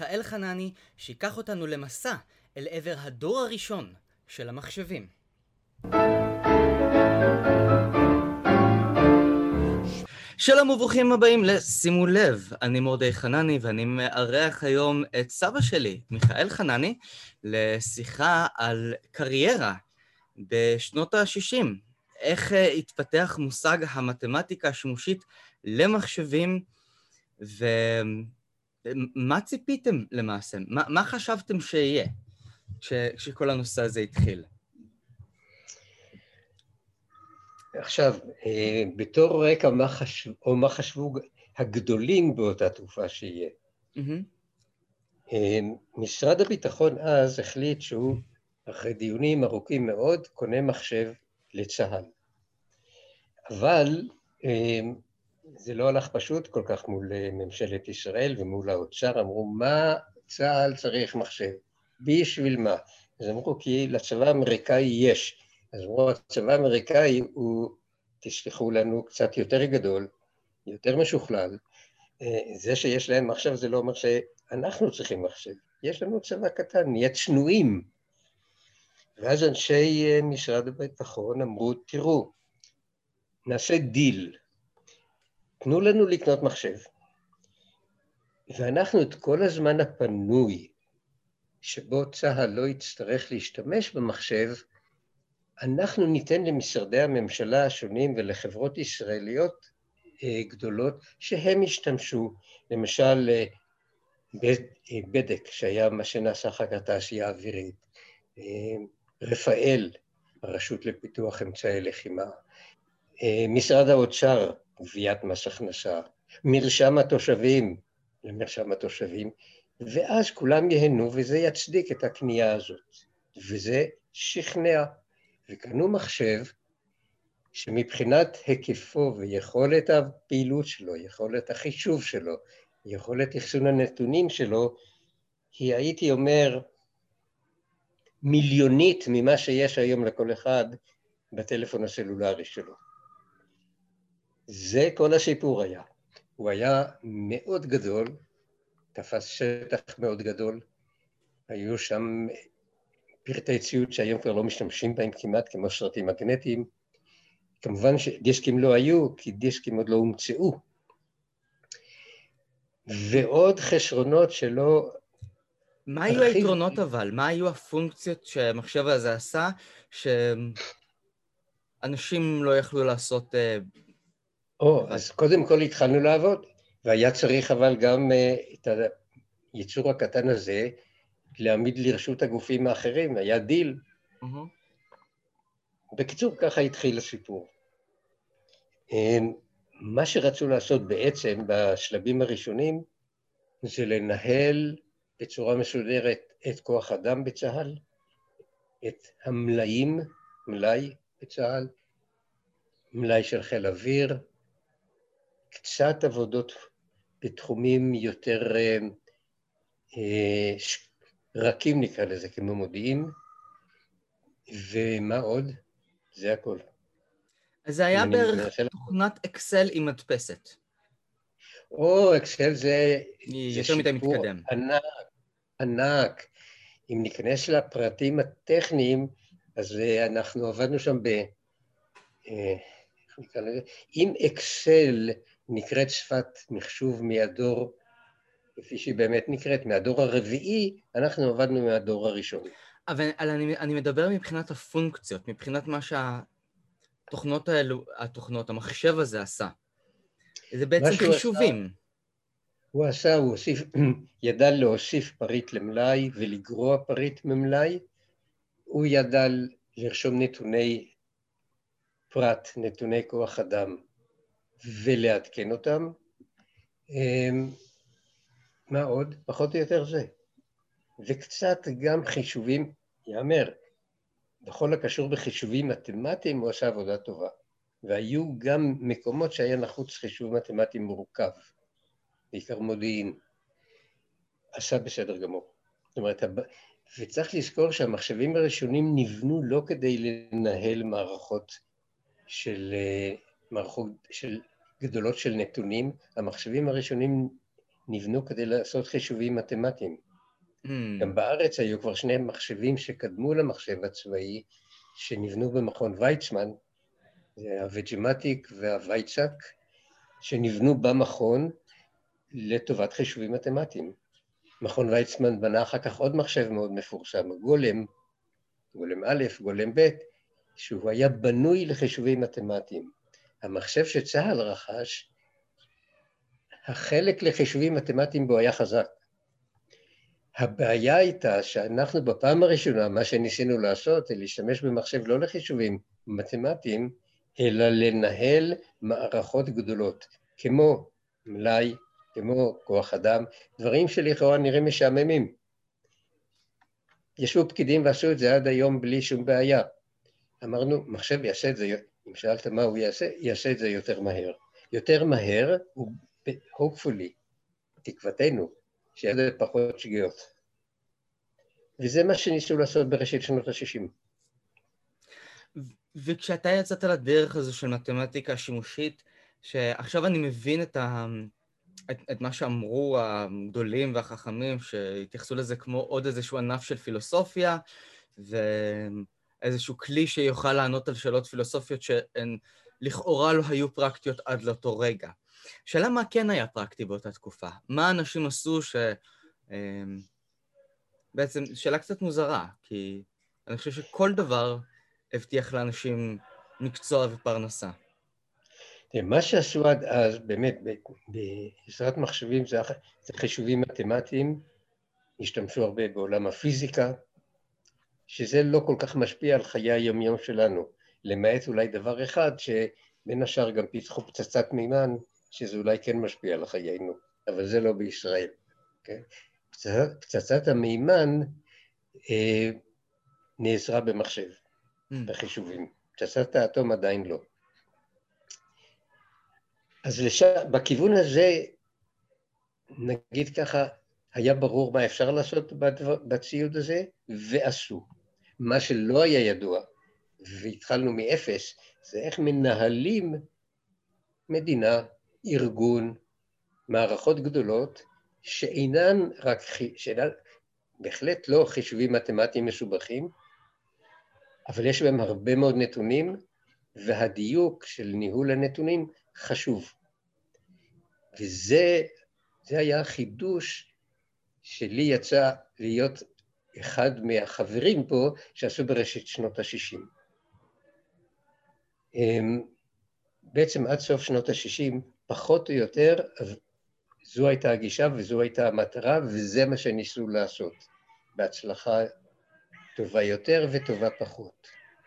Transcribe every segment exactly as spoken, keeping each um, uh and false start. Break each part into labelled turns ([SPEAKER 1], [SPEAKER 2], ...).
[SPEAKER 1] מיכאל חנני, שיקח אותנו למסע אל עבר הדור הראשון של המחשבים. שלום וברוכים הבאים לשימו לב, אני מורדי חנני ואני מארח היום את סבא שלי, מיכאל חנני, לשיחה על קריירה בשנות ה-שישים. איך התפתח מושג המתמטיקה השימושית למחשבים, ומה ציפיתם למעשה? מה, מה חשבתם שיהיה כש, כשכל הנושא הזה התחיל?
[SPEAKER 2] עכשיו, בתור רקע מה חשבו, או מה חשבו הגדולים באותה תקופה שיהיה. Mm-hmm. משרד הביטחון אז החליט שהוא, אחרי דיונים ארוכים מאוד, קונה מחשב לצה"ל. אבל זה לא הלך פשוט כל כך מול ממשלת ישראל ומול האוצר. אמרו, מה צה"ל צריך מחשב? בשביל מה? אז אמרו, כי לצבא האמריקאי יש. אז אמרו, הצבא האמריקאי הוא, תשלחו לנו, קצת יותר גדול, יותר משוכלל. זה שיש להם מחשב זה לא אומר שאנחנו צריכים מחשב. יש לנו צבא קטן, נהיה צנועים. ואז אנשי משרד הביטחון אמרו, תראו, נעשה דיל. תנו לנו לקנות מחשב. ואנחנו את כל הזמן הפנוי, שבו צה"ל לא יצטרך להשתמש במחשב, אנחנו ניתן למשרדי הממשלה השונים ולחברות ישראליות גדולות שהם ישתמשו, למשל בדק שהיה מה שנעשה אחר כך התעשייה האווירית, רפאל, הרשות לפיתוח אמצעי לחימה, משרד האוצר, גביית מס הכנסה, מרשם התושבים, למרשם התושבים, ואז כולם יהנו וזה יצדיק את הקנייה הזאת, וזה שכנע. וקנו מחשב שמבחינת היקפו ויכולת הפעילות שלו, יכולת החישוב שלו, יכולת אחסון הנתונים שלו, היא הייתי אומר מיליונית ממה שיש היום לכל אחד בטלפון הסלולרי שלו. זה כל הסיפור היה. הוא היה מאוד גדול, תפס שטח מאוד גדול, היו שם פרטי ציוד שהיום כבר לא משתמשים בהם כמעט, כמו סרטים מגנטיים. כמובן שדיסקים לא היו, כי דיסקים עוד לא הומצאו. ועוד חסרונות שלא...
[SPEAKER 1] מה היו היתרונות אבל? מה היו הפונקציות שהמחשב הזה עשה, שאנשים לא יכלו לעשות...
[SPEAKER 2] או, אז קודם כל התחלנו לעבוד, והיה צריך אבל גם את היצור הקטן הזה, להעמיד לרשות הגופים האחרים, היה דיל. Mm-hmm. בקיצור, ככה התחיל הסיפור. מה שרצו לעשות בעצם בשלבים הראשונים, זה לנהל בצורה מסודרת את כוח אדם בצה"ל, את המלאים, מלאי בצה"ל, מלאי של חיל אוויר, קצת עבודות בתחומים יותר אה, רכים נקרא לזה, כמו מודיעין, ומה עוד? זה הכל.
[SPEAKER 1] אז זה היה בערך תוכנת אקסל עם מדפסת.
[SPEAKER 2] או, אקסל זה, זה
[SPEAKER 1] שיפור
[SPEAKER 2] ענק, ענק. אם ניכנס לפרטים הטכניים, אז אנחנו עבדנו שם ב... איך נקרא לזה? אם אקסל נקראת שפת מחשוב מהדור, כפי שהיא באמת נקראת, מהדור הרביעי, אנחנו עבדנו מהדור הראשון.
[SPEAKER 1] אבל אני, אני מדבר מבחינת הפונקציות, מבחינת מה שהתוכנות האלו, התוכנות, המחשב הזה עשה. זה בעצם חישובים.
[SPEAKER 2] עשה, הוא עשה, הוא הוסיף, ידע להוסיף פריט למלאי ולגרוע פריט ממלאי, הוא ידע לרשום נתוני פרט, נתוני כוח אדם, ולעדכן אותם. מה עוד? פחות או יותר זה. וקצת גם חישובים, יאמר, בכל הקשור בחישובים מתמטיים הוא עשה עבודה טובה. והיו גם מקומות שהיה נחוץ חישוב מתמטי מורכב, בעיקר מודיעין, עשה בסדר גמור. זאת אומרת, וצריך לזכור שהמחשבים הראשונים נבנו לא כדי לנהל מערכות של, מערכות של גדולות של נתונים, המחשבים הראשונים נבנו כדי לעשות חישובים מתמטיים.
[SPEAKER 1] Mm.
[SPEAKER 2] גם בארץ היו כבר שני מחשבים שקדמו למחשב הצבאי, שנבנו במכון ויצמן, זה הווג'מטיק והוויצק, שנבנו במכון לטובת חישובים מתמטיים. מכון ויצמן בנה אחר כך עוד מחשב מאוד מפורסם, גולם, גולם א', גולם ב', שהוא היה בנוי לחישובים מתמטיים. המחשב שצה"ל רכש, החלק לחישובים מתמטיים בו היה חזק. הבעיה הייתה שאנחנו בפעם הראשונה, מה שניסינו לעשות, זה להשתמש במחשב לא לחישובים מתמטיים, אלא לנהל מערכות גדולות, כמו מלאי, כמו כוח אדם, דברים שלכאורה נראים משעממים. ישבו פקידים ועשו את זה עד היום בלי שום בעיה. אמרנו, מחשב יעשה את זה, אם שאלת מה הוא יעשה, יעשה את זה יותר מהר. יותר מהר, hopefully, תקוותנו, שיהיה זה פחות שגיאות. וזה מה שניסו לעשות בראשית שנות ה-שישים.
[SPEAKER 1] וכשאתה יצאת לדרך הזו של מתמטיקה שימושית, שעכשיו אני מבין את, ה... את, את מה שאמרו הגדולים והחכמים, שהתייחסו לזה כמו עוד איזשהו ענף של פילוסופיה, ואיזשהו כלי שיוכל לענות על שאלות פילוסופיות שהן לכאורה לא היו פרקטיות עד לאותו רגע. שאלה מה כן היה פרקטי באותה תקופה? מה אנשים עשו ש... בעצם שאלה קצת מוזרה, כי אני חושב שכל דבר הבטיח לאנשים מקצוע ופרנסה.
[SPEAKER 2] מה שעשו עד אז, באמת, בעזרת מחשבים, זה חישובים מתמטיים, השתמשו הרבה בעולם הפיזיקה, שזה לא כל כך משפיע על חיי היומיום שלנו, למעט אולי דבר אחד, שבין השאר גם פיתחו פצצת מימן, שזה אולי כן משפיע על חיינו, אבל זה לא בישראל. Okay? פצצת המימן אה, נעזרה במחשב, mm. בחישובים. פצצת האטום עדיין לא. אז לש... בכיוון הזה, נגיד ככה, היה ברור מה אפשר לעשות בציוד הזה, ועשו. מה שלא היה ידוע, והתחלנו מאפס, זה איך מנהלים מדינה, ארגון, מערכות גדולות, שאינן רק, שאינן, בהחלט לא חישובים מתמטיים מסובכים, אבל יש בהם הרבה מאוד נתונים, והדיוק של ניהול הנתונים חשוב. וזה זה היה החידוש שלי יצא להיות אחד מהחברים פה שעשו בראשית שנות ה-שישים. בעצם עד סוף שנות ה-שישים, פחות או יותר, זו הייתה הגישה וזו הייתה המטרה, וזה מה שניסו לעשות, בהצלחה טובה יותר וטובה פחות.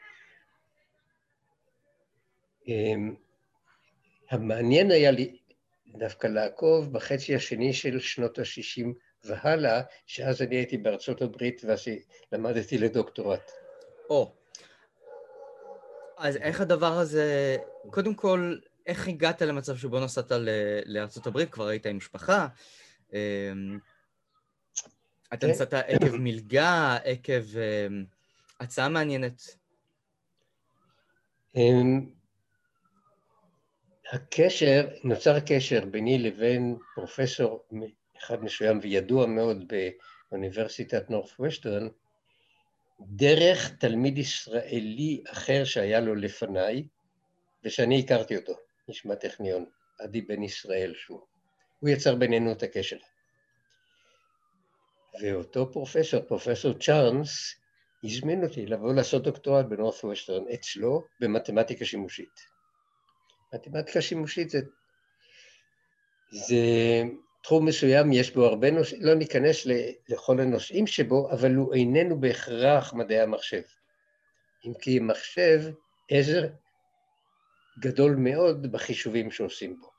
[SPEAKER 2] המעניין היה לי דווקא לעקוב בחצי השני של שנות ה-שישים והלאה, שאז אני הייתי בארצות הברית ולמדתי לדוקטורט.
[SPEAKER 1] או, אז איך הדבר הזה, קודם כל, איך הגעת למצב שבו נסעת לארצות הברית? כבר היית עם משפחה? אתה נסעת עקב מלגה, עקב הצעה מעניינת?
[SPEAKER 2] הקשר, נוצר קשר ביני לבין פרופסור אחד מסוים וידוע מאוד באוניברסיטת נורת'ווסטרן, דרך תלמיד ישראלי אחר שהיה לו לפניי, ושאני הכרתי אותו, איש מהטכניון, עדי בן ישראל שהוא. הוא יצר בינינו את הקשר. ואותו פרופסור, פרופסור צ'ארנס, הזמין אותי לבוא לעשות דוקטורט בנורת'ווסטרן אצלו במתמטיקה שימושית. מתמטיקה שימושית זה, זה תחום מסוים, יש בו הרבה נושאים, לא ניכנס לכל הנושאים שבו, אבל הוא איננו בהכרח מדעי המחשב. אם כי מחשב עזר גדול מאוד בחישובים שעושים בו.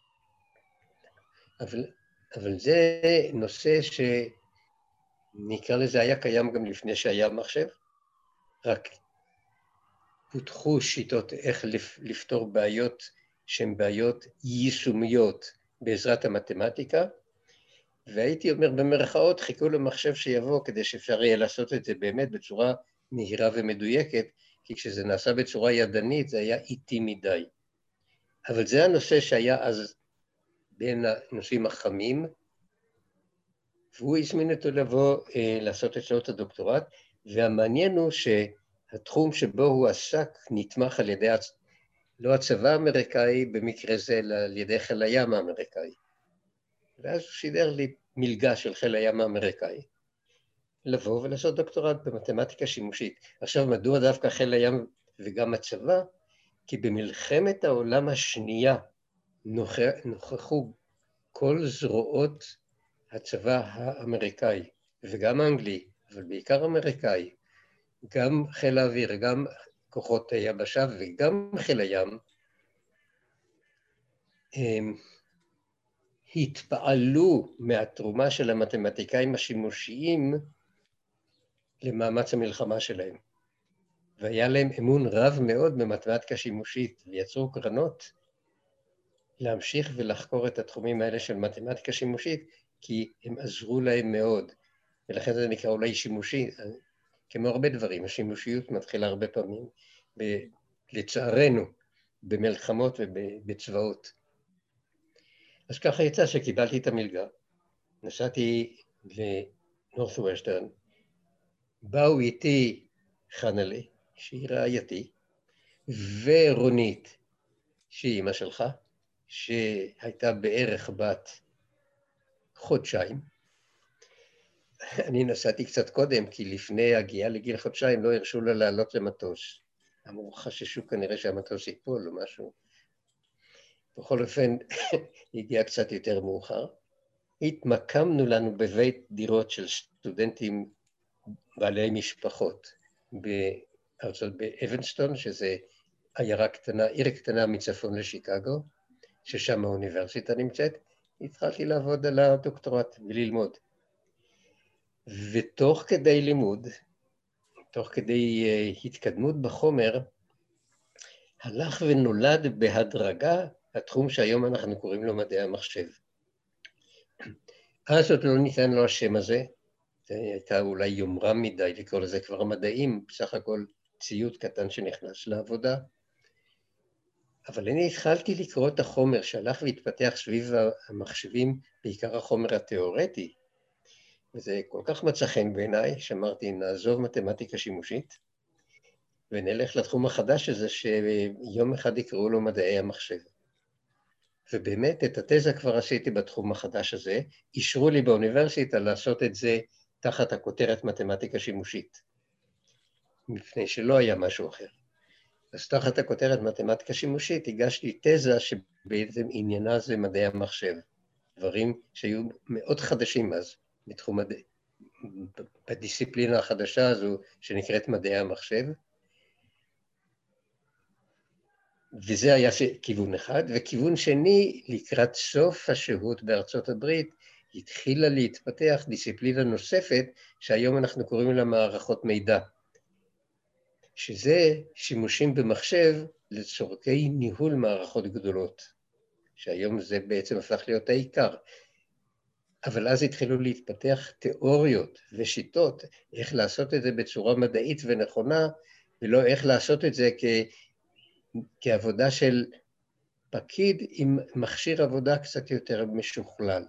[SPEAKER 2] אבל, אבל זה נושא שנקרא לזה היה קיים גם לפני שהיה מחשב, רק פותחו שיטות איך לפתור בעיות שהן בעיות יישומיות בעזרת המתמטיקה, והייתי אומר במרכאות חיכו למחשב שיבוא כדי שאפשר יהיה לעשות את זה באמת בצורה מהירה ומדויקת, כי כשזה נעשה בצורה ידנית זה היה איטי מדי. אבל זה הנושא שהיה אז בין הנושאים החמים, והוא הזמין אותו לבוא אה, לעשות את שעות הדוקטורט, והמעניין הוא שהתחום שבו הוא עסק נתמך על ידי, הצ... לא הצבא האמריקאי במקרה זה, אלא על ידי חיל הים האמריקאי. ואז הוא שידר לי מלגה של חיל הים האמריקאי, לבוא ולעשות דוקטורט במתמטיקה שימושית. עכשיו, מדוע דווקא חיל הים וגם הצבא? כי במלחמת העולם השנייה נוכחו כל זרועות הצבא האמריקאי, וגם האנגלי, אבל בעיקר האמריקאי, גם חיל האוויר, גם כוחות היבשה וגם חיל הים, הם התפעלו מהתרומה של המתמטיקאים השימושיים למאמץ המלחמה שלהם. והיה להם אמון רב מאוד במתמטיקה שימושית, ויצרו קרנות להמשיך ולחקור את התחומים האלה של מתמטיקה שימושית, כי הם עזרו להם מאוד. ולכן זה נקרא אולי שימושי, כמו הרבה דברים, השימושיות מתחילה הרבה פעמים, ב, לצערנו, במלחמות ובצבאות. אז ככה יצא שקיבלתי את המלגה, נסעתי לנורת'ווסטרן, באו איתי חנלה, שהיא רעייתי, ורונית, שהיא אמא שלך, שהייתה בערך בת חודשיים. אני נסעתי קצת קודם, כי לפני הגיעה לגיל חודשיים לא הרשו לה לעלות למטוס. אמרו, חששו כנראה שהמטוס ייפול או משהו. בכל אופן, הגיעה קצת יותר מאוחר. התמקמנו לנו בבית דירות של סטודנטים בעלי משפחות בארצות באבנסטון, שזה עיירה קטנה, עיר קטנה מצפון לשיקגו, ששם האוניברסיטה נמצאת. התחלתי לעבוד על הדוקטורט וללמוד. ותוך כדי לימוד, תוך כדי uh, התקדמות בחומר, הלך ונולד בהדרגה התחום שהיום אנחנו קוראים לו מדעי המחשב. אז עוד לא ניתן לו השם הזה, זה הייתה אולי יומרה מדי לקרוא לזה כבר מדעים, בסך הכל ציוד קטן שנכנס לעבודה. אבל אני התחלתי לקרוא את החומר שהלך והתפתח סביב המחשבים, בעיקר החומר התיאורטי, וזה כל כך מצא חן בעיניי, שאמרתי, נעזוב מתמטיקה שימושית, ונלך לתחום החדש הזה, שיום אחד יקראו לו מדעי המחשב. ובאמת, את התזה כבר עשיתי בתחום החדש הזה, אישרו לי באוניברסיטה לעשות את זה תחת הכותרת מתמטיקה שימושית, מפני שלא היה משהו אחר. אז תחת הכותרת מתמטיקה שימושית, הגשתי תזה שבעצם עניינה זה מדעי המחשב, דברים שהיו מאוד חדשים אז, בתחום הד... בדיסציפלינה החדשה הזו שנקראת מדעי המחשב. וזה היה כיוון אחד, וכיוון שני, לקראת סוף השהות בארצות הברית, התחילה להתפתח דיסציפלינה נוספת, שהיום אנחנו קוראים לה מערכות מידע, שזה שימושים במחשב לצורכי ניהול מערכות גדולות, שהיום זה בעצם הפך להיות העיקר. אבל אז התחילו להתפתח תיאוריות ושיטות, איך לעשות את זה בצורה מדעית ונכונה, ולא איך לעשות את זה כ... כעבודה של פקיד עם מכשיר עבודה קצת יותר משוכלל.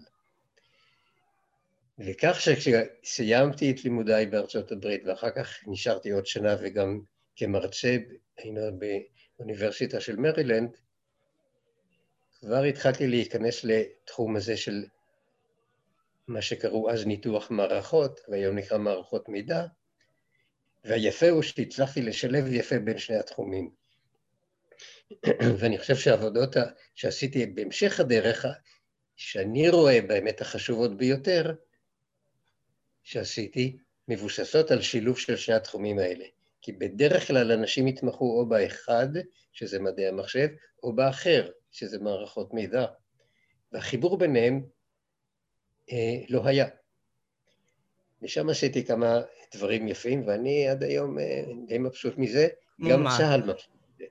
[SPEAKER 2] וכך שכשסיימתי את לימודיי בארצות הברית, ואחר כך נשארתי עוד שנה וגם כמרצה באוניברסיטה של מרילנד, כבר התחלתי להיכנס לתחום הזה של מה שקראו אז ניתוח מערכות, והיום נקרא מערכות מידע, והיפה הוא שהצלחתי לשלב יפה בין שני התחומים. ואני חושב שהעבודות שעשיתי בהמשך הדרך, שאני רואה באמת החשובות ביותר, שעשיתי, מבוססות על שילוב של שני התחומים האלה. כי בדרך כלל אנשים התמחו או באחד, שזה מדעי המחשב, או באחר, שזה מערכות מידע. והחיבור ביניהם אה, לא היה. ושם עשיתי כמה דברים יפים, ואני עד היום אה, די מבסוט מזה, גם
[SPEAKER 1] מה?
[SPEAKER 2] צהל מבסוט מזה.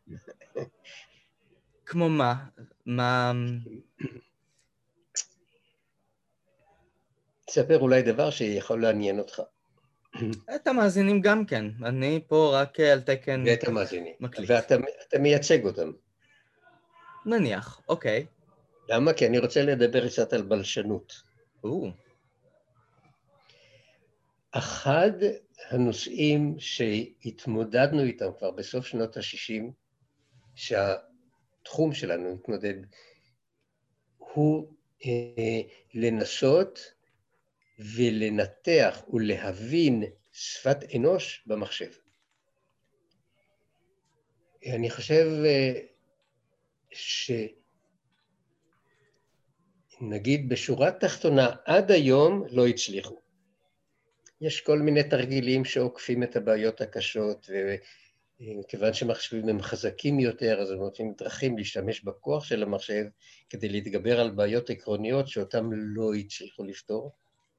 [SPEAKER 1] כמו מה? מה...
[SPEAKER 2] תספר אולי דבר שיכול לעניין אותך.
[SPEAKER 1] את המאזינים גם כן. אני פה רק על תקן
[SPEAKER 2] ואת המאזינים.
[SPEAKER 1] מקליט.
[SPEAKER 2] ואתה מייצג אותם.
[SPEAKER 1] נניח, אוקיי.
[SPEAKER 2] למה? כי אני רוצה לדבר קצת על בלשנות.
[SPEAKER 1] או.
[SPEAKER 2] אחד הנושאים שהתמודדנו איתם כבר בסוף שנות ה-שישים, שהתחום שלנו התמודד, הוא אה, לנסות ולנתח ולהבין שפת אנוש במחשב. אני חושב שנגיד בשורה תחתונה עד היום לא הצליחו. יש כל מיני תרגילים שעוקפים את הבעיות הקשות, וכיוון שמחשבים הם חזקים יותר, אז הם רוצים דרכים להשתמש בכוח של המחשב כדי להתגבר על בעיות עקרוניות שאותם לא הצליחו לפתור.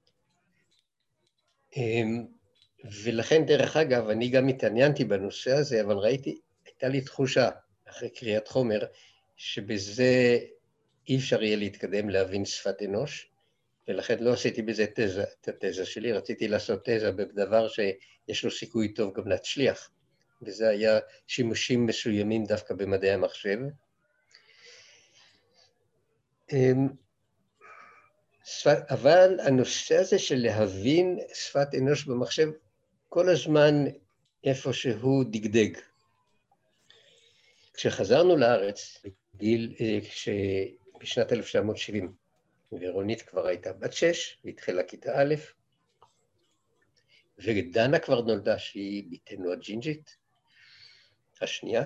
[SPEAKER 2] ולכן דרך אגב, אני גם התעניינתי בנושא הזה, אבל ראיתי, הייתה לי תחושה אחרי קריאת חומר, שבזה אי אפשר יהיה להתקדם להבין שפת אנוש, ולכן לא עשיתי בזה תזה, את התזה שלי, רציתי לעשות תזה בדבר שיש לו סיכוי טוב גם להצליח, וזה היה שימושים מסוימים דווקא במדעי המחשב. אבל הנושא הזה של להבין שפת אנוש במחשב, כל הזמן איפשהו דגדג. כשחזרנו לארץ, בגיל, בשנת אלף תשע מאות שבעים, ורונית כבר הייתה בת שש, והתחילה כיתה א', ודנה כבר נולדה שהיא ביתנו הג'ינג'ית, השנייה.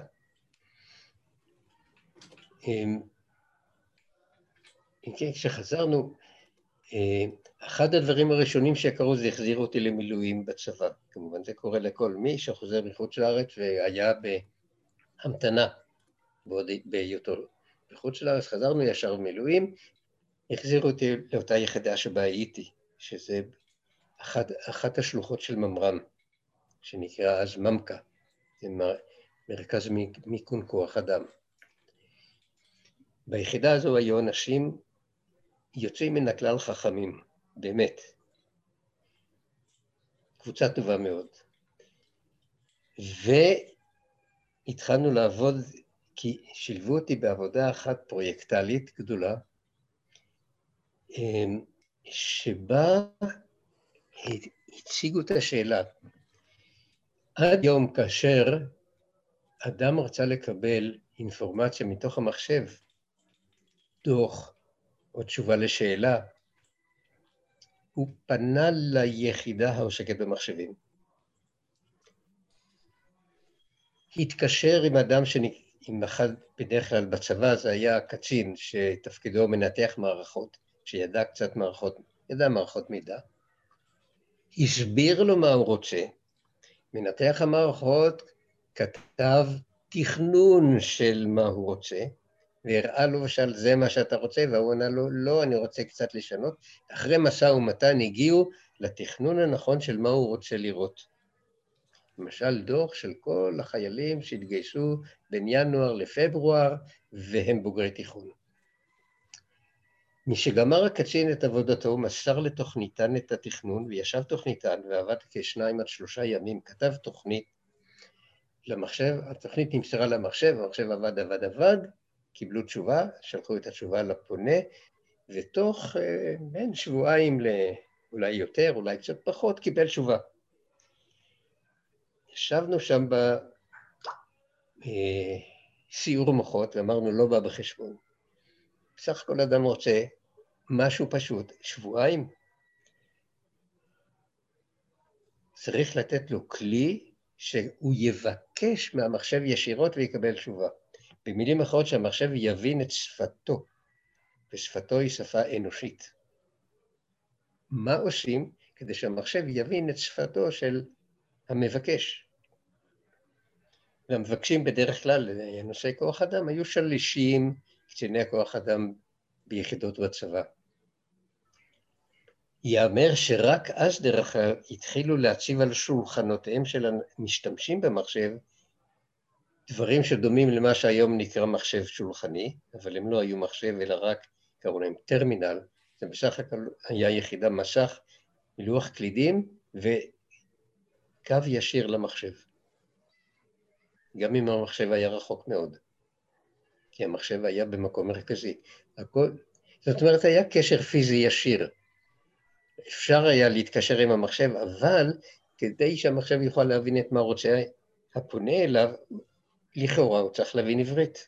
[SPEAKER 2] כשחזרנו, אחד הדברים הראשונים שקרו זה החזיר אותי למילואים בצבא. כמובן זה קורה לכל מי שחוזר מחוץ לארץ והיה בהמתנה בהיותו בחוץ לארץ. חזרנו ישר במילואים, החזירו אותי לאותה יחידה שבה הייתי, שזה אחת, אחת השלוחות של ממר"ם, שנקרא אז ממקה, זה מרכז מיכון כוח אדם. ביחידה הזו היו אנשים יוצאים מן הכלל חכמים, באמת. קבוצה טובה מאוד. והתחלנו לעבוד, כי שילבו אותי בעבודה אחת פרויקטלית גדולה, שבה הציגו את השאלה, עד יום כאשר אדם רצה לקבל אינפורמציה מתוך המחשב, דוח או תשובה לשאלה, הוא פנה ליחידה העוסקת במחשבים. התקשר עם אדם עם אחד, בדרך כלל בצבא, זה היה קצין שתפקידו מנתח מערכות, שידע קצת מערכות, ידע מערכות מידע. הסביר לו מה הוא רוצה, מנתח המערכות כתב תכנון של מה הוא רוצה, והראה לו ושאל, זה מה שאתה רוצה, והוא ענה לו, לא, אני רוצה קצת לשנות. אחרי משא ומתן הגיעו לתכנון הנכון של מה הוא רוצה לראות. למשל דוח של כל החיילים שהתגייסו בין ינואר לפברואר, והם בוגרי תיכון. משגמר הקצין את עבודתו, הוא מסר לתוכניתן את התכנון, וישב תוכניתן, ועבד כשניים עד שלושה ימים, כתב תוכנית למחשב, התוכנית נמסרה למחשב, המחשב עבד, עבד, עבד, קיבלו תשובה, שלחו את התשובה לפונה, ותוך בין שבועיים לאולי יותר, אולי קצת פחות, קיבל תשובה. ישבנו שם בסיור מוחות, ואמרנו, לא בא בחשבון. בסך הכל אדם רוצה משהו פשוט, שבועיים. צריך לתת לו כלי שהוא יבקש מהמחשב ישירות ויקבל תשובה. במילים אחרות שהמחשב יבין את שפתו, ושפתו היא שפה אנושית. מה עושים כדי שהמחשב יבין את שפתו של המבקש? והמבקשים בדרך כלל, נושאי כוח אדם, היו שלישים, קציני כוח אדם ביחידות בצבא. יאמר שרק אז דרך התחילו להציב על שולחנותיהם של המשתמשים במחשב, דברים שדומים למה שהיום נקרא מחשב שולחני, אבל הם לא היו מחשב אלא רק קראו להם טרמינל, זה בסך הכל היה יחידה מסך, לוח קלידים וקו ישיר למחשב. גם אם המחשב היה רחוק מאוד, כי המחשב היה במקום מרכזי. הכל, זאת אומרת, היה קשר פיזי ישיר. אפשר היה להתקשר עם המחשב, אבל כדי שהמחשב יוכל להבין את מה רוצה הפונה אליו, לכאורה הוא צריך להבין עברית.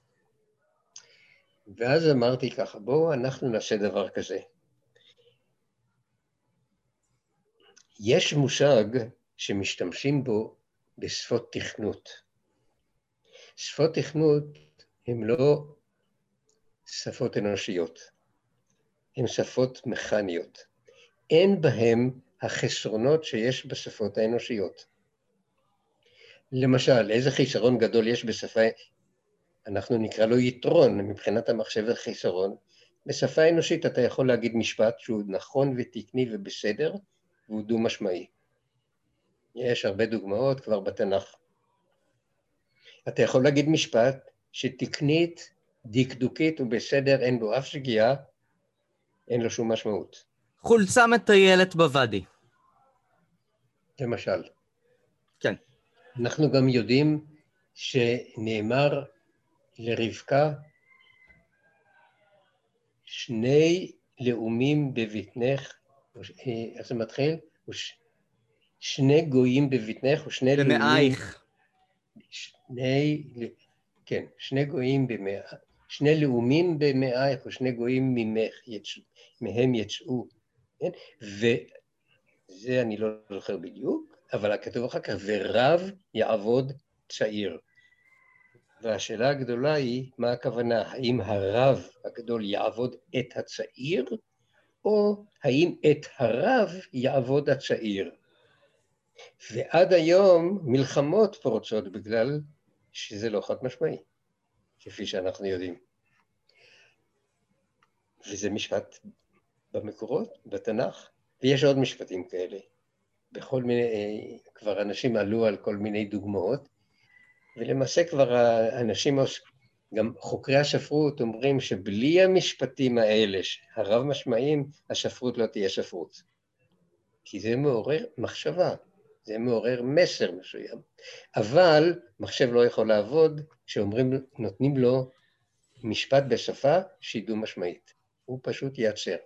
[SPEAKER 2] ואז אמרתי ככה, בואו אנחנו נעשה דבר כזה. יש מושג שמשתמשים בו בשפות תכנות. שפות תכנות הן לא שפות אנושיות, הן שפות מכניות. אין בהן החסרונות שיש בשפות האנושיות. למשל, איזה חיסרון גדול יש בשפה, אנחנו נקרא לו יתרון, מבחינת המחשב החיסרון. בשפה אנושית אתה יכול להגיד משפט שהוא נכון ותקני ובסדר, והוא דו משמעי. יש הרבה דוגמאות כבר בתנ"ך. אתה יכול להגיד משפט שתקנית, דקדוקית ובסדר, אין בו אף שגיאה, אין לו שום משמעות.
[SPEAKER 1] חולצה מטיילת בוואדי.
[SPEAKER 2] למשל.
[SPEAKER 1] כן.
[SPEAKER 2] אנחנו גם יודעים שנאמר לרבקה, שני לאומים בבטנך, איך זה מתחיל? שני גויים בבטנך ושני לאומים...
[SPEAKER 1] במאייך.
[SPEAKER 2] שני, כן, שני גויים במאייך, שני לאומים במאייך ושני גויים ממך, יצ... מהם יצאו. כן? וזה אני לא זוכר בדיוק, אבל הכתוב אחר כך, ורב יעבוד צעיר. והשאלה הגדולה היא, מה הכוונה? האם הרב הגדול יעבוד את הצעיר, או האם את הרב יעבוד הצעיר? ועד היום מלחמות פורצות בגלל שזה לא חד משמעי, כפי שאנחנו יודעים. וזה משפט במקורות, בתנ"ך, ויש עוד משפטים כאלה. בכל מיני, כבר אנשים עלו על כל מיני דוגמאות, ולמעשה כבר האנשים, גם חוקרי השפרות אומרים שבלי המשפטים האלה, הרב משמעיים, השפרות לא תהיה שפרות. כי זה מעורר מחשבה, זה מעורר מסר מסוים. אבל מחשב לא יכול לעבוד כשאומרים, נותנים לו משפט בשפה שהיא דו משמעית. הוא פשוט ייצר.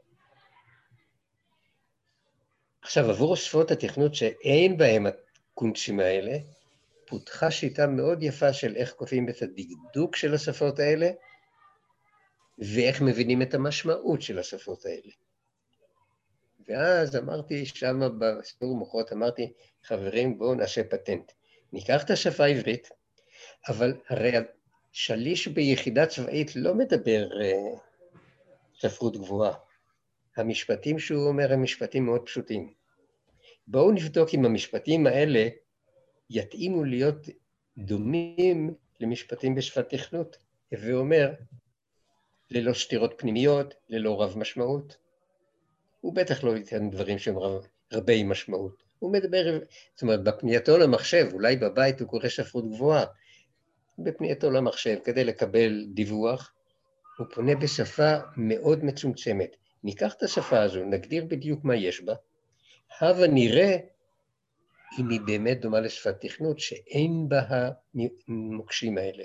[SPEAKER 2] עכשיו, עבור שפות התכנות שאין בהם הקונצ'ים האלה, פותחה שיטה מאוד יפה של איך כותבים את הדקדוק של השפות האלה, ואיך מבינים את המשמעות של השפות האלה. ואז אמרתי שמה בסיפור מוחות, אמרתי, חברים, בואו נעשה פטנט. ניקח את השפה העברית, אבל הרי שליש ביחידה צבאית לא מדבר uh, ספרות גבוהה. המשפטים שהוא אומר הם משפטים מאוד פשוטים. בואו נבדוק אם המשפטים האלה יתאימו להיות דומים למשפטים בשפת תכנות. ואומר, ללא שתירות פנימיות, ללא רב משמעות. הוא בטח לא ייתן דברים שהם רב, רבי משמעות. הוא מדבר, זאת אומרת, בפנייתו למחשב, אולי בבית הוא קורא ספרות גבוהה, בפנייתו למחשב, כדי לקבל דיווח, הוא פונה בשפה מאוד מצומצמת. ניקח את השפה הזו, נגדיר בדיוק מה יש בה, הבה נראה אם היא באמת דומה לשפת תכנות, שאין בה המוקשים האלה.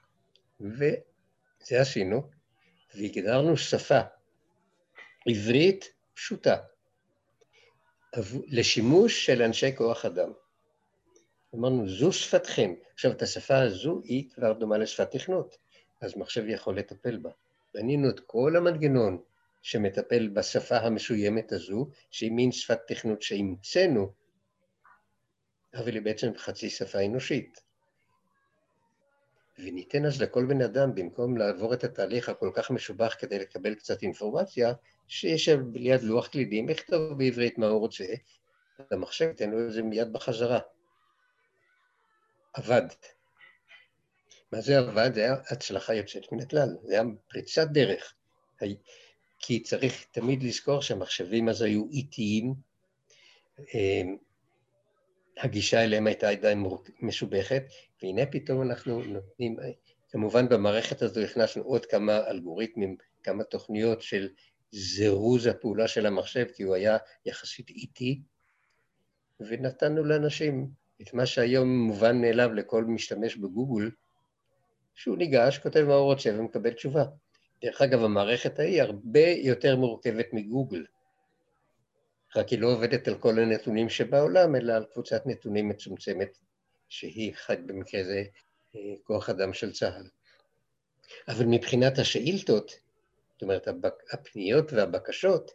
[SPEAKER 2] וזה עשינו, והגדרנו שפה עברית פשוטה, לשימוש של אנשי כוח אדם. אמרנו, זו שפתכם. עכשיו, את השפה הזו היא כבר דומה לשפת תכנות, אז מחשב יכול לטפל בה. בנינו את כל המנגנון שמטפל בשפה המשוימת הזו, שהיא מין שפת תכנות שהמצאנו, אבל היא בעצם חצי שפה אנושית. וניתן אז לכל בן אדם, במקום לעבור את התהליך הכל כך משובח כדי לקבל קצת אינפורמציה, שישב ליד לוח קלידים, יכתוב בעברית מה הוא רוצה, המחשב ייתן לו את זה מיד בחזרה. עבד. מה זה עבד? זה היה הצלחה יוצאת מן הכלל, זה היה פריצת דרך. כי צריך תמיד לזכור שהמחשבים אז היו איטיים, הגישה אליהם הייתה עדיין משובכת, והנה פתאום אנחנו נותנים, כמובן במערכת הזו הכנסנו עוד כמה אלגוריתמים, כמה תוכניות של זירוז הפעולה של המחשב, כי הוא היה יחסית איטי, ונתנו לאנשים את מה שהיום מובן מאליו לכל משתמש בגוגל, שהוא ניגש, כותב מה הוא רוצה ומקבל תשובה. דרך אגב, המערכת ההיא הרבה יותר מורכבת מגוגל. רק היא לא עובדת על כל הנתונים שבעולם, אלא על קבוצת נתונים מצומצמת, שהיא חד במקרה זה כוח אדם של צה"ל. אבל מבחינת השאילתות, זאת אומרת, הפניות והבקשות,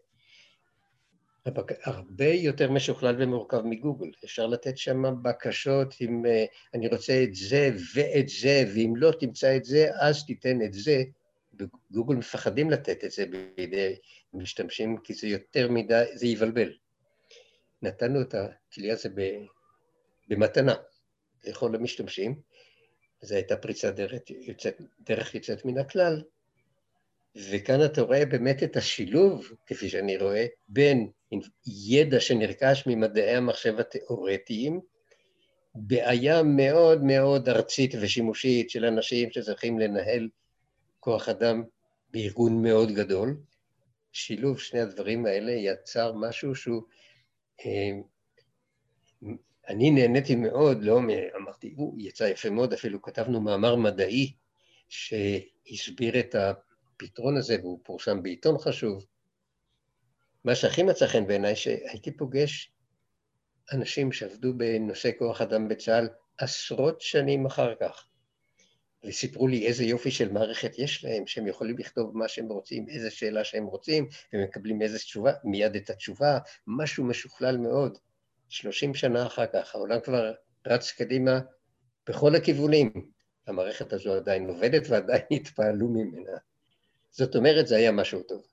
[SPEAKER 2] הרבה יותר משוכלל ומורכב מגוגל. אפשר לתת שם בקשות אם אני רוצה את זה ואת זה, ואם לא תמצא את זה, אז תיתן את זה. בגוגל מפחדים לתת את זה בידי משתמשים, כי זה יותר מדי, זה יבלבל. נתנו את הכלי הזה במתנה לכל המשתמשים, זו הייתה פריצת דרך יוצאת, דרך יוצאת מן הכלל, וכאן אתה רואה באמת את השילוב, כפי שאני רואה, בין ידע שנרכש ממדעי המחשב התיאורטיים, בעיה מאוד מאוד ארצית ושימושית של אנשים שצריכים לנהל כוח אדם בארגון מאוד גדול. שילוב שני הדברים האלה יצר משהו שהוא, אני נהניתי מאוד, לא אמרתי, הוא יצא יפה מאוד, אפילו כתבנו מאמר מדעי שהסביר את הפתרון הזה, והוא פורסם בעיתון חשוב. מה שהכי מצא חן בעיניי, שהייתי פוגש אנשים שעבדו בנושא כוח אדם בצה"ל עשרות שנים אחר כך, וסיפרו לי איזה יופי של מערכת יש להם, שהם יכולים לכתוב מה שהם רוצים, איזה שאלה שהם רוצים, ומקבלים איזה תשובה, מיד את התשובה, משהו משוכלל מאוד. שלושים שנה אחר כך, העולם כבר רץ קדימה בכל הכיוונים. המערכת הזו עדיין עובדת ועדיין התפעלו ממנה. זאת אומרת, זה היה משהו טוב.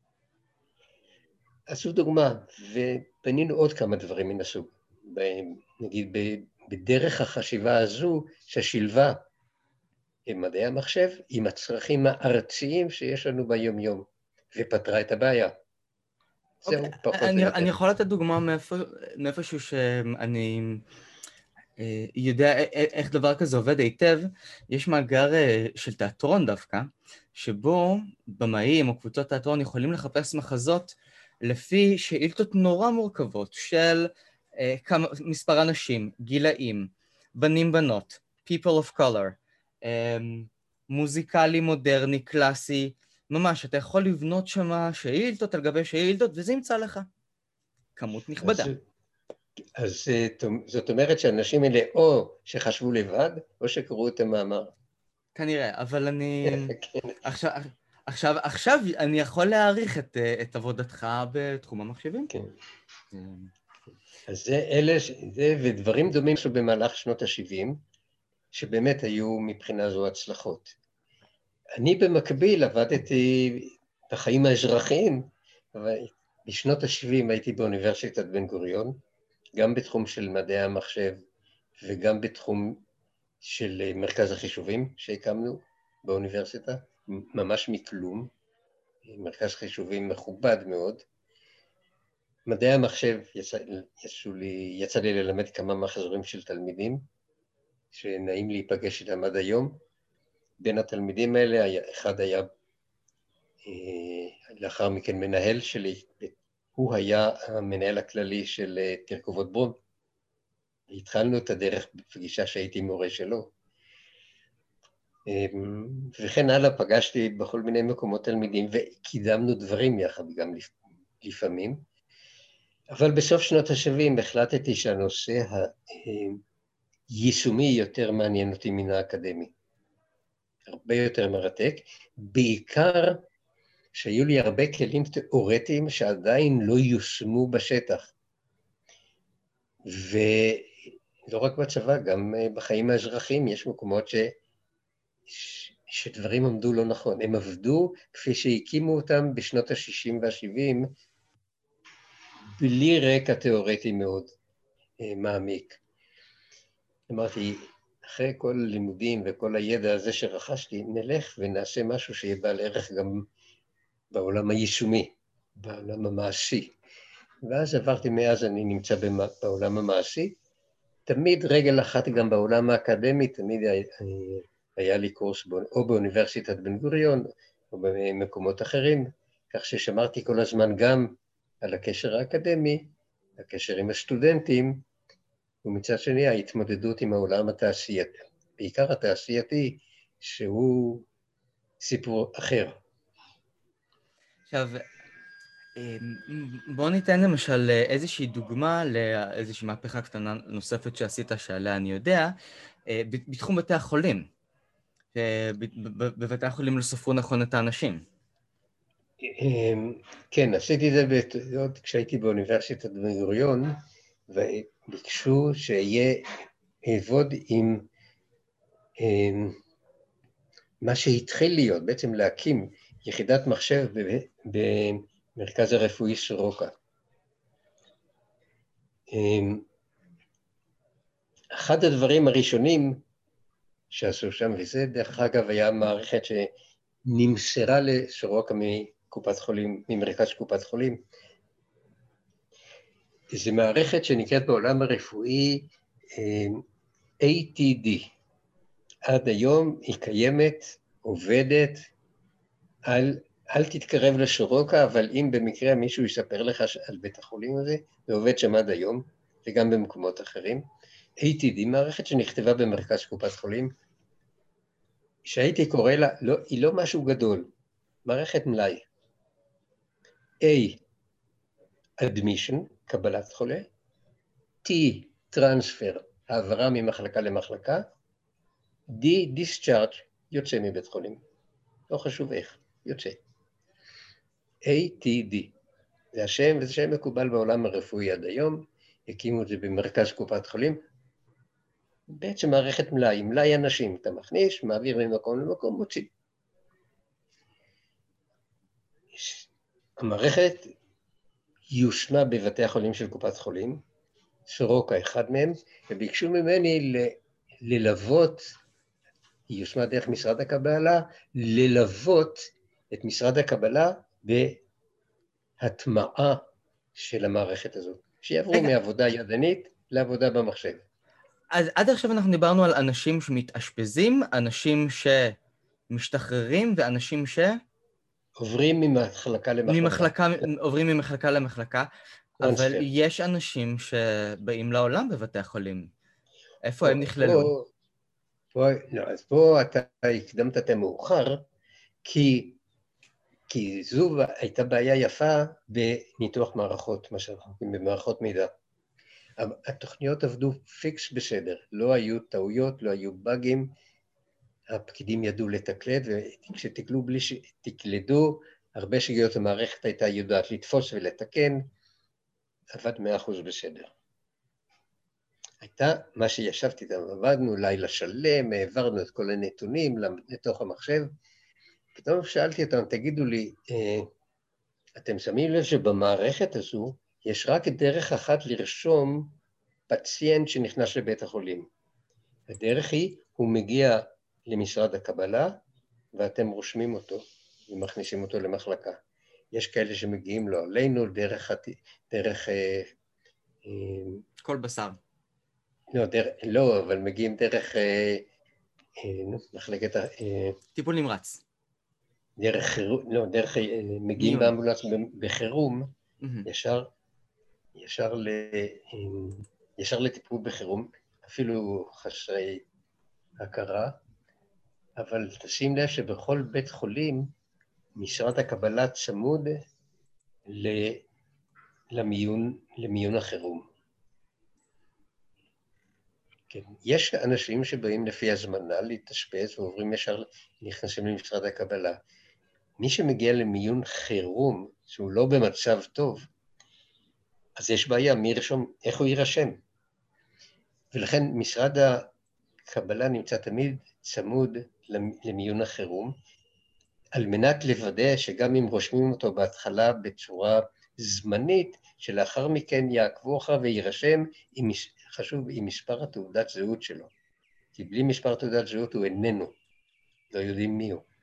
[SPEAKER 2] עשו דוגמה, ובנינו עוד כמה דברים מן הסוג. נגיד, בדרך החשיבה הזו ששילבה עם מדעי המחשב, עם הצרכים הארציים שיש לנו ביום-יום, ופתרה את הבעיה. זהו, פחות או יותר.
[SPEAKER 1] אני יכול לתת דוגמה מאיפשהו שאני יודע איך דבר כזה עובד היטב. יש מאגר של תיאטרון דווקא, שבו במאים או קבוצות תיאטרון יכולים לחפש מחזות לפי שאילתות נורא מורכבות של כמה, מספר אנשים, גילאים, בנים בנות, people of color, מוזיקלי, מודרני, קלאסי, ממש, אתה יכול לבנות שם שאילתות על גבי שאילתות, וזה ימצא לך. כמות נכבדה.
[SPEAKER 2] אז, אז זאת אומרת שאנשים אלה או שחשבו לבד, או שקראו את המאמר.
[SPEAKER 1] כנראה, אבל אני... עכשיו, עכשיו, עכשיו אני יכול להעריך את, את עבודתך בתחום המחשבים.
[SPEAKER 2] כן. אז זה אלה, זה ודברים דומים שלו במהלך שנות ה-שבעים, שבאמת היו מבחינה זו הצלחות. אני במקביל עבדתי בחיים האזרחיים, אבל בשנות ה-שבעים הייתי באוניברסיטת בן גוריון, גם בתחום של מדעי המחשב וגם בתחום של מרכז החישובים שהקמנו באוניברסיטה, ממש מכלום, מרכז חישובים מכובד מאוד. מדעי המחשב יצא, יצא, לי, יצא לי ללמד כמה מחזורים של תלמידים, שנעים להיפגש איתם עד היום. בין התלמידים האלה, אחד היה לאחר מכן מנהל שלי, הוא היה המנהל הכללי של תרכובות ברום. התחלנו את הדרך בפגישה שהייתי מורה שלו. וכן הלאה, פגשתי בכל מיני מקומות תלמידים וקידמנו דברים יחד גם לפעמים. אבל בסוף שנות ה-שבעים החלטתי שהנושא היישומי יותר מעניין אותי מן האקדמי. הרבה יותר מרתק, בעיקר שהיו לי הרבה כלים תיאורטיים שעדיין לא יושמו בשטח. ולא רק בצבא, גם בחיים האזרחיים יש מקומות ש... שדברים עמדו לא נכון. הם עבדו כפי שהקימו אותם בשנות ה-שישים וה-שבעים, בלי רקע תיאורטי מאוד מעמיק. אמרתי, אחרי כל לימודים וכל הידע הזה שרכשתי, נלך ונעשה משהו שיהיה בעל ערך גם בעולם היישומי, בעולם המעשי. ואז עברתי, מאז אני נמצא בעולם המעשי, תמיד רגל אחת גם בעולם האקדמי, תמיד היה לי קורס או באוניברסיטת בן גוריון, או במקומות אחרים, כך ששמרתי כל הזמן גם על הקשר האקדמי, הקשר עם הסטודנטים, ומצד שני ההתמודדות עם העולם התעשייתי, בעיקר התעשייתי, שהוא סיפור אחר.
[SPEAKER 1] עכשיו, בוא ניתן למשל איזושהי דוגמה לאיזושהי מהפכה קטנה נוספת שעשית שעליה אני יודע, בתחום בתי החולים. בבתי החולים לא ספרו נכון את האנשים.
[SPEAKER 2] כן, עשיתי את זה עוד כשהייתי באוניברסיטת בן גוריון, וביקשו שיהיה עבוד עם מה שהתחיל להיות, בעצם להקים יחידת מחשב במרכז הרפואי סורוקה. אחד הדברים הראשונים שעשו שם, וזה דרך אגב היה מערכת שנמסרה לסורוקה מקופת חולים, ממרכז קופת חולים, זו מערכת שנקראת בעולם הרפואי איי טי די. עד היום היא קיימת, עובדת, אל, אל תתקרב לסורוקה, אבל אם במקרה מישהו יספר לך על בית החולים הזה, זה עובד שם עד היום, וגם במקומות אחרים. איי טי די, מערכת שנכתבה במרכז קופת חולים, שהייתי קורא לה, לא, היא לא משהו גדול, מערכת מלאי. A, admission, קבלת חולה, T, transfer, העברה ממחלקה למחלקה, D, discharge, יוצא מבית חולים. לא חשוב איך, יוצא. איי טי די, זה השם, וזה שם מקובל בעולם הרפואי עד היום, הקימו את זה במרכז קופת חולים, בעצם מערכת מלאי, מלאי אנשים, אתה מכניס, מעביר ממקום למקום, מוציא. המערכת יושמה בבתי החולים של קופת חולים, סורוקה אחד מהם, וביקשו ממני ל- ללוות, היא יושמה דרך משרד הקבלה, ללוות את משרד הקבלה בהטמעה של המערכת הזאת, שיעברו
[SPEAKER 1] רגע.
[SPEAKER 2] מעבודה ידנית לעבודה במחשב.
[SPEAKER 1] אז עד עכשיו אנחנו דיברנו על אנשים שמתאשפזים, אנשים שמשתחררים ואנשים ש...
[SPEAKER 2] עוברים ממחלקה למחלקה.
[SPEAKER 1] ממחלקה, עוברים ממחלקה למחלקה,
[SPEAKER 2] טרנספר.
[SPEAKER 1] אבל יש אנשים שבאים לעולם בבתי החולים. איפה
[SPEAKER 2] פה,
[SPEAKER 1] הם נכללו?
[SPEAKER 2] פה, פה, לא, אז פה אתה הקדמת את המאוחר, כי, כי זו הייתה בעיה יפה בניתוח מערכות, מה שאנחנו קוראים במערכות מידע. התוכניות עבדו פיקס בסדר, לא היו טעויות, לא היו באגים, הפקידים ידעו לתקלד, וכשתקלדו בלי שתקלדו, הרבה שגיאות המערכת הייתה יודעת לתפוס ולתקן, עבד מאה אחוז בסדר. הייתה מה שישבתי איתם, עבדנו לילה שלם, העברנו את כל הנתונים לתוך המחשב, פתאום שאלתי אותם, תגידו לי, אתם שמים לב שבמערכת הזו יש רק דרך אחת לרשום פציינט שנכנס לבית החולים. הדרך היא, הוא מגיע למשרד הקבלה, ואתם רושמים אותו ומכניסים אותו למחלקה. יש כאלה שמגיעים לו עלינו דרך... דרך
[SPEAKER 1] כל בשר.
[SPEAKER 2] לא, דרך, לא, אבל מגיעים דרך אה, אה, מחלקת... אה,
[SPEAKER 1] טיפול נמרץ.
[SPEAKER 2] דרך חירום, לא, דרך... אה, מגיעים
[SPEAKER 1] מיון.
[SPEAKER 2] באמבולנס בחירום,
[SPEAKER 1] Mm-hmm.
[SPEAKER 2] ישר, ישר, ל, אה, ישר לטיפול בחירום, אפילו חסרי הכרה, אבל תשים לב שבכל בית חולים, משרד הקבלה צמוד למיון, למיון החירום. כן. יש אנשים שבאים לפי הזמנה להתאשפז ועוברים ישר, נכנסים למשרד הקבלה. מי שמגיע למיון חירום, שהוא לא במצב טוב, אז יש בעיה, מי ירשום, איך הוא יירשם? ולכן משרד הקבלה נמצא תמיד צמוד למיון החירום, על מנת לוודא שגם אם רושמים אותו בהתחלה בצורה זמנית, שלאחר מכן יעקבו אחריו ויירשם, עם, חשוב, עם מספר התעודת זהות שלו. כי בלי מספר תעודת זהות הוא איננו, לא יודעים מי הוא.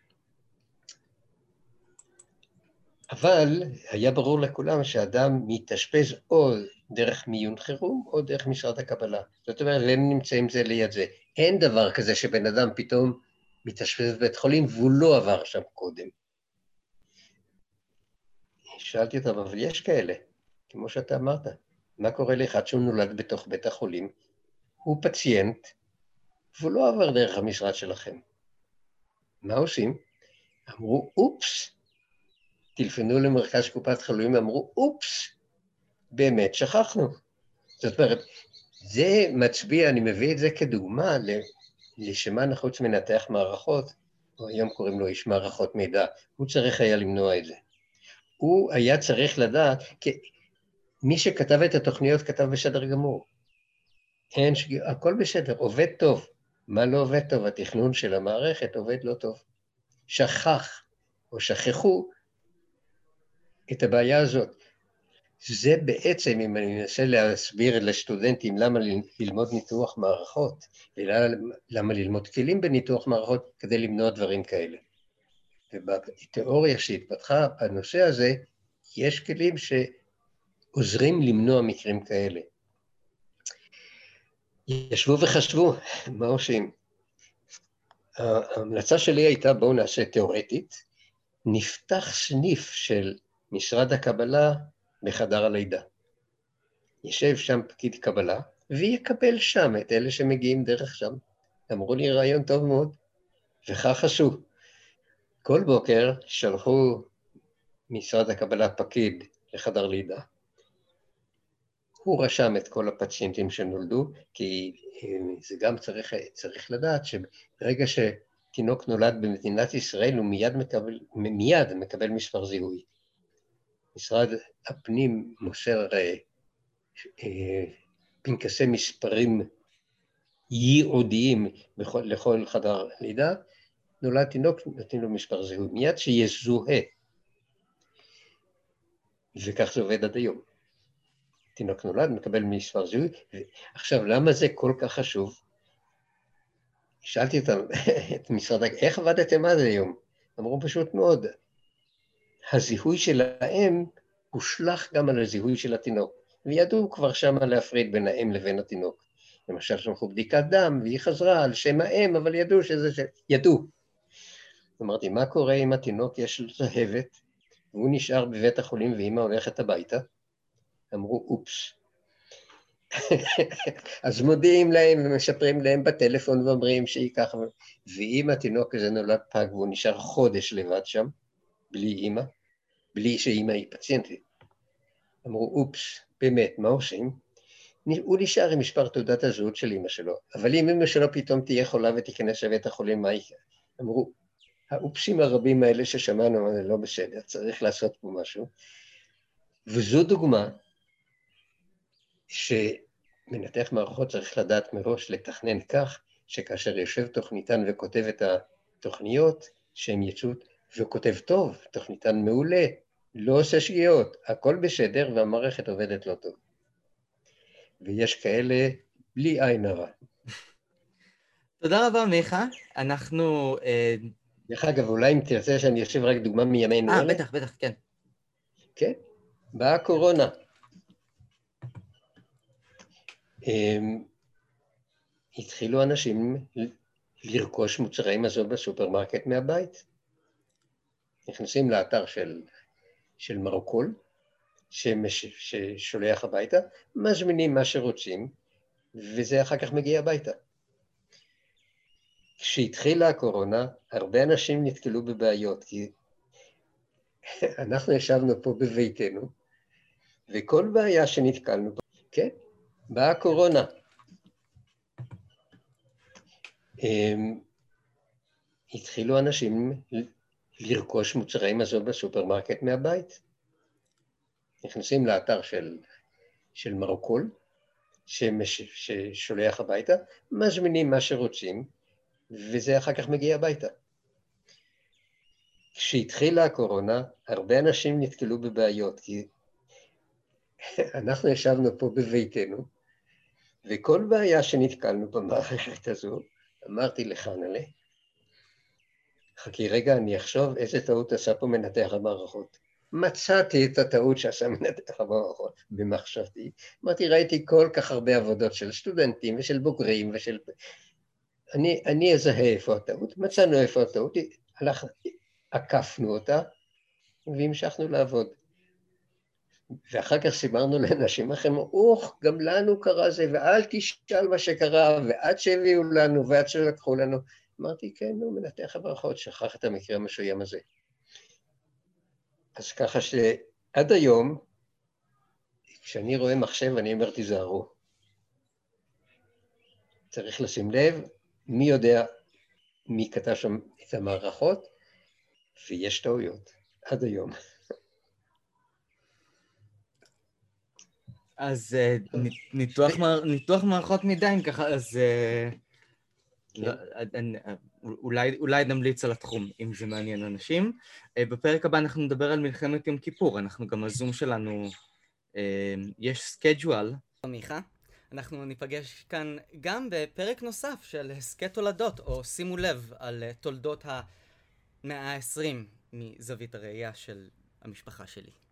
[SPEAKER 2] אבל היה ברור לכולם שאדם מתאשפז או דרך מיון חירום או דרך משרד הקבלה. זאת אומרת, הם נמצאים זה ליד זה. אין דבר כזה שבן אדם פתאום מתאשפז בבית חולים והוא לא עבר שם קודם. שאלתי אותם, אבל יש כאלה, כמו שאתה אמרת. מה קורה לאחד שהוא נולד בתוך בית החולים? הוא פציינט, והוא לא עבר דרך המשרד שלכם. מה עושים? אמרו, אופס, טלפנו למרכז קופת חולים, אמרו, אופס, באמת שכחנו. זאת אומרת, זה מצביע, אני מביא את זה כדוגמה לשמה נחוץ מנתח מערכות, או היום קוראים לו איש מערכות מידע, הוא צריך היה למנוע את זה. הוא היה צריך לדעת, כי מי שכתב את התוכניות כתב בסדר גמור. אין שגיאות, הכל בסדר, עובד טוב. מה לא עובד טוב? התכנון של המערכת עובד לא טוב. שכח או שכחו את הבעיה הזאת. זה בעצם, אם אני מנסה להסביר לסטודנטים למה ללמוד ניתוח מערכות, ולמה ללמוד כלים בניתוח מערכות, כדי למנוע דברים כאלה. ובתיאוריה שהתפתחה בנושא הזה, יש כלים שעוזרים למנוע מקרים כאלה. ישבו וחשבו, מה עושים? ההמלצה שלי הייתה, בואו נעשה תיאורטית, נפתח סניף של משרד הקבלה בחדר הלידה. ישב שם פקיד קבלה, ויקבל שם את אלה שמגיעים דרך שם. אמרו לי רעיון טוב מאוד, וכך עשו. כל בוקר שלחו משרד הקבלה פקיד לחדר לידה. הוא רשם את כל הפציינטים שנולדו, כי זה גם צריך, צריך לדעת שברגע שתינוק נולד במדינת ישראל, הוא מיד מקבל, מיד מקבל מספר זיהוי. משרד הפנים מוסר אה, פנקסי מספרים ייעודיים בכל, לכל חדר לידה, נולד תינוק, נותנים לו מספר זיהוי, מיד שיזוהה. וכך זה עובד עד היום. תינוק נולד, מקבל מספר זיהוי. עכשיו, למה זה כל כך חשוב? שאלתי אותם, את משרד, איך עבדתם עד היום? אמרו פשוט מאוד, הזיהוי שלהם הושלך גם על הזיהוי של התינוק, וידעו כבר שמה להפריד בין האם לבין התינוק. למשל, שלחו בדיקת דם, והיא חזרה על שם האם, אבל ידעו שזה ש... ידעו. אמרתי, מה קורה אם התינוק יש לו זהבת, והוא נשאר בבית החולים ואמא הולכת הביתה? אמרו, אופס. אז מודיעים להם ומשפרים להם בטלפון ואומרים שהיא ככה, ואם התינוק הזה נולד פג והוא נשאר חודש לבד שם, בלי אמא, בלי שאמא היא פציינטית. אמרו, אופס, באמת, מה עושים? הוא נשאר עם מספר תעודת הזהות של אמא שלו, אבל אם אמא שלו פתאום תהיה חולה ותיכנס לבית החולים, מה יקרה? אמרו, האופסים הרבים האלה ששמענו, זה לא בסדר, צריך לעשות פה משהו. וזו דוגמה שמנתח מערכות צריך לדעת מראש לתכנן כך, שכאשר יושב תוכניתן וכותב את התוכניות, שהם יצאו, וכותב טוב, תוכניתן מעולה, לא עושה שגיאות, הכל בסדר והמערכת עובדת לא טוב. ויש כאלה בלי עין הרע.
[SPEAKER 1] תודה רבה מיכה, אנחנו...
[SPEAKER 2] דרך אגב, אולי אם תרצה שאני אשיב רק דוגמה מימינו
[SPEAKER 1] אלה?
[SPEAKER 2] אלה?
[SPEAKER 1] אה, בטח, בטח, כן.
[SPEAKER 2] כן, באה הקורונה. התחילו אנשים לרכוש מוצרי מזון בסופרמרקט מהבית. נכנסים לאתר של, של מרוקול, שמש, ששולח הביתה, מזמינים מה שרוצים, וזה אחר כך מגיע הביתה. כשהתחילה הקורונה, הרבה אנשים נתקלו בבעיות, כי אנחנו ישבנו פה בביתנו, וכל בעיה שנתקלנו פה, כן, באה הקורונה. התחילו אנשים לרכוש מוצרי מזון בסופרמרקט מהבית. נכנסים לאתר של, של מרוקול, שמש, ששולח הביתה, מזמינים מה שרוצים, וזה אחר כך מגיע הביתה. כשהתחילה הקורונה, הרבה אנשים נתקלו בבעיות, כי אנחנו ישבנו פה בביתנו, וכל בעיה שנתקלנו במערכת הזו, אמרתי לחנה'לה, חכי רגע, אני אחשוב איזה טעות עשה פה מנתח המערכות. מצאתי את הטעות שעשה מנתח המערכות במחשבתי. אמרתי, ראיתי כל כך הרבה עבודות של סטודנטים ושל בוגרים ושל... אני, אני אזהה איפה הטעות, מצאנו איפה הטעות, הלך, עקפנו אותה והמשכנו לעבוד. ואחר כך סיברנו לאנשים אחרים, אוח, גם לנו קרה זה, ואל תשאל מה שקרה, ועד שהביאו לנו, ועד שלקחו לנו. אמרתי, כן, נו, מנתח המערכות, שכח את המקרה המשוים הזה. אז ככה שעד היום, כשאני רואה מחשב, אני אומר, תיזהרו. צריך לשים לב, מי יודע מי כתב שם את המערכות, ויש טעויות, עד היום.
[SPEAKER 1] אז ניתוח מערכות מידע, אם ככה, אז אולי נמליץ על התחום, אם זה מעניין אנשים. בפרק הבא אנחנו נדבר על מלחמת יום כיפור, אנחנו גם הזום שלנו, יש סקייג'ואל. מיכה, אנחנו ניפגש כאן גם בפרק נוסף של הסקט תולדות, או שימו לב על תולדות המאה ה-עשרים מזווית הראייה של המשפחה שלי.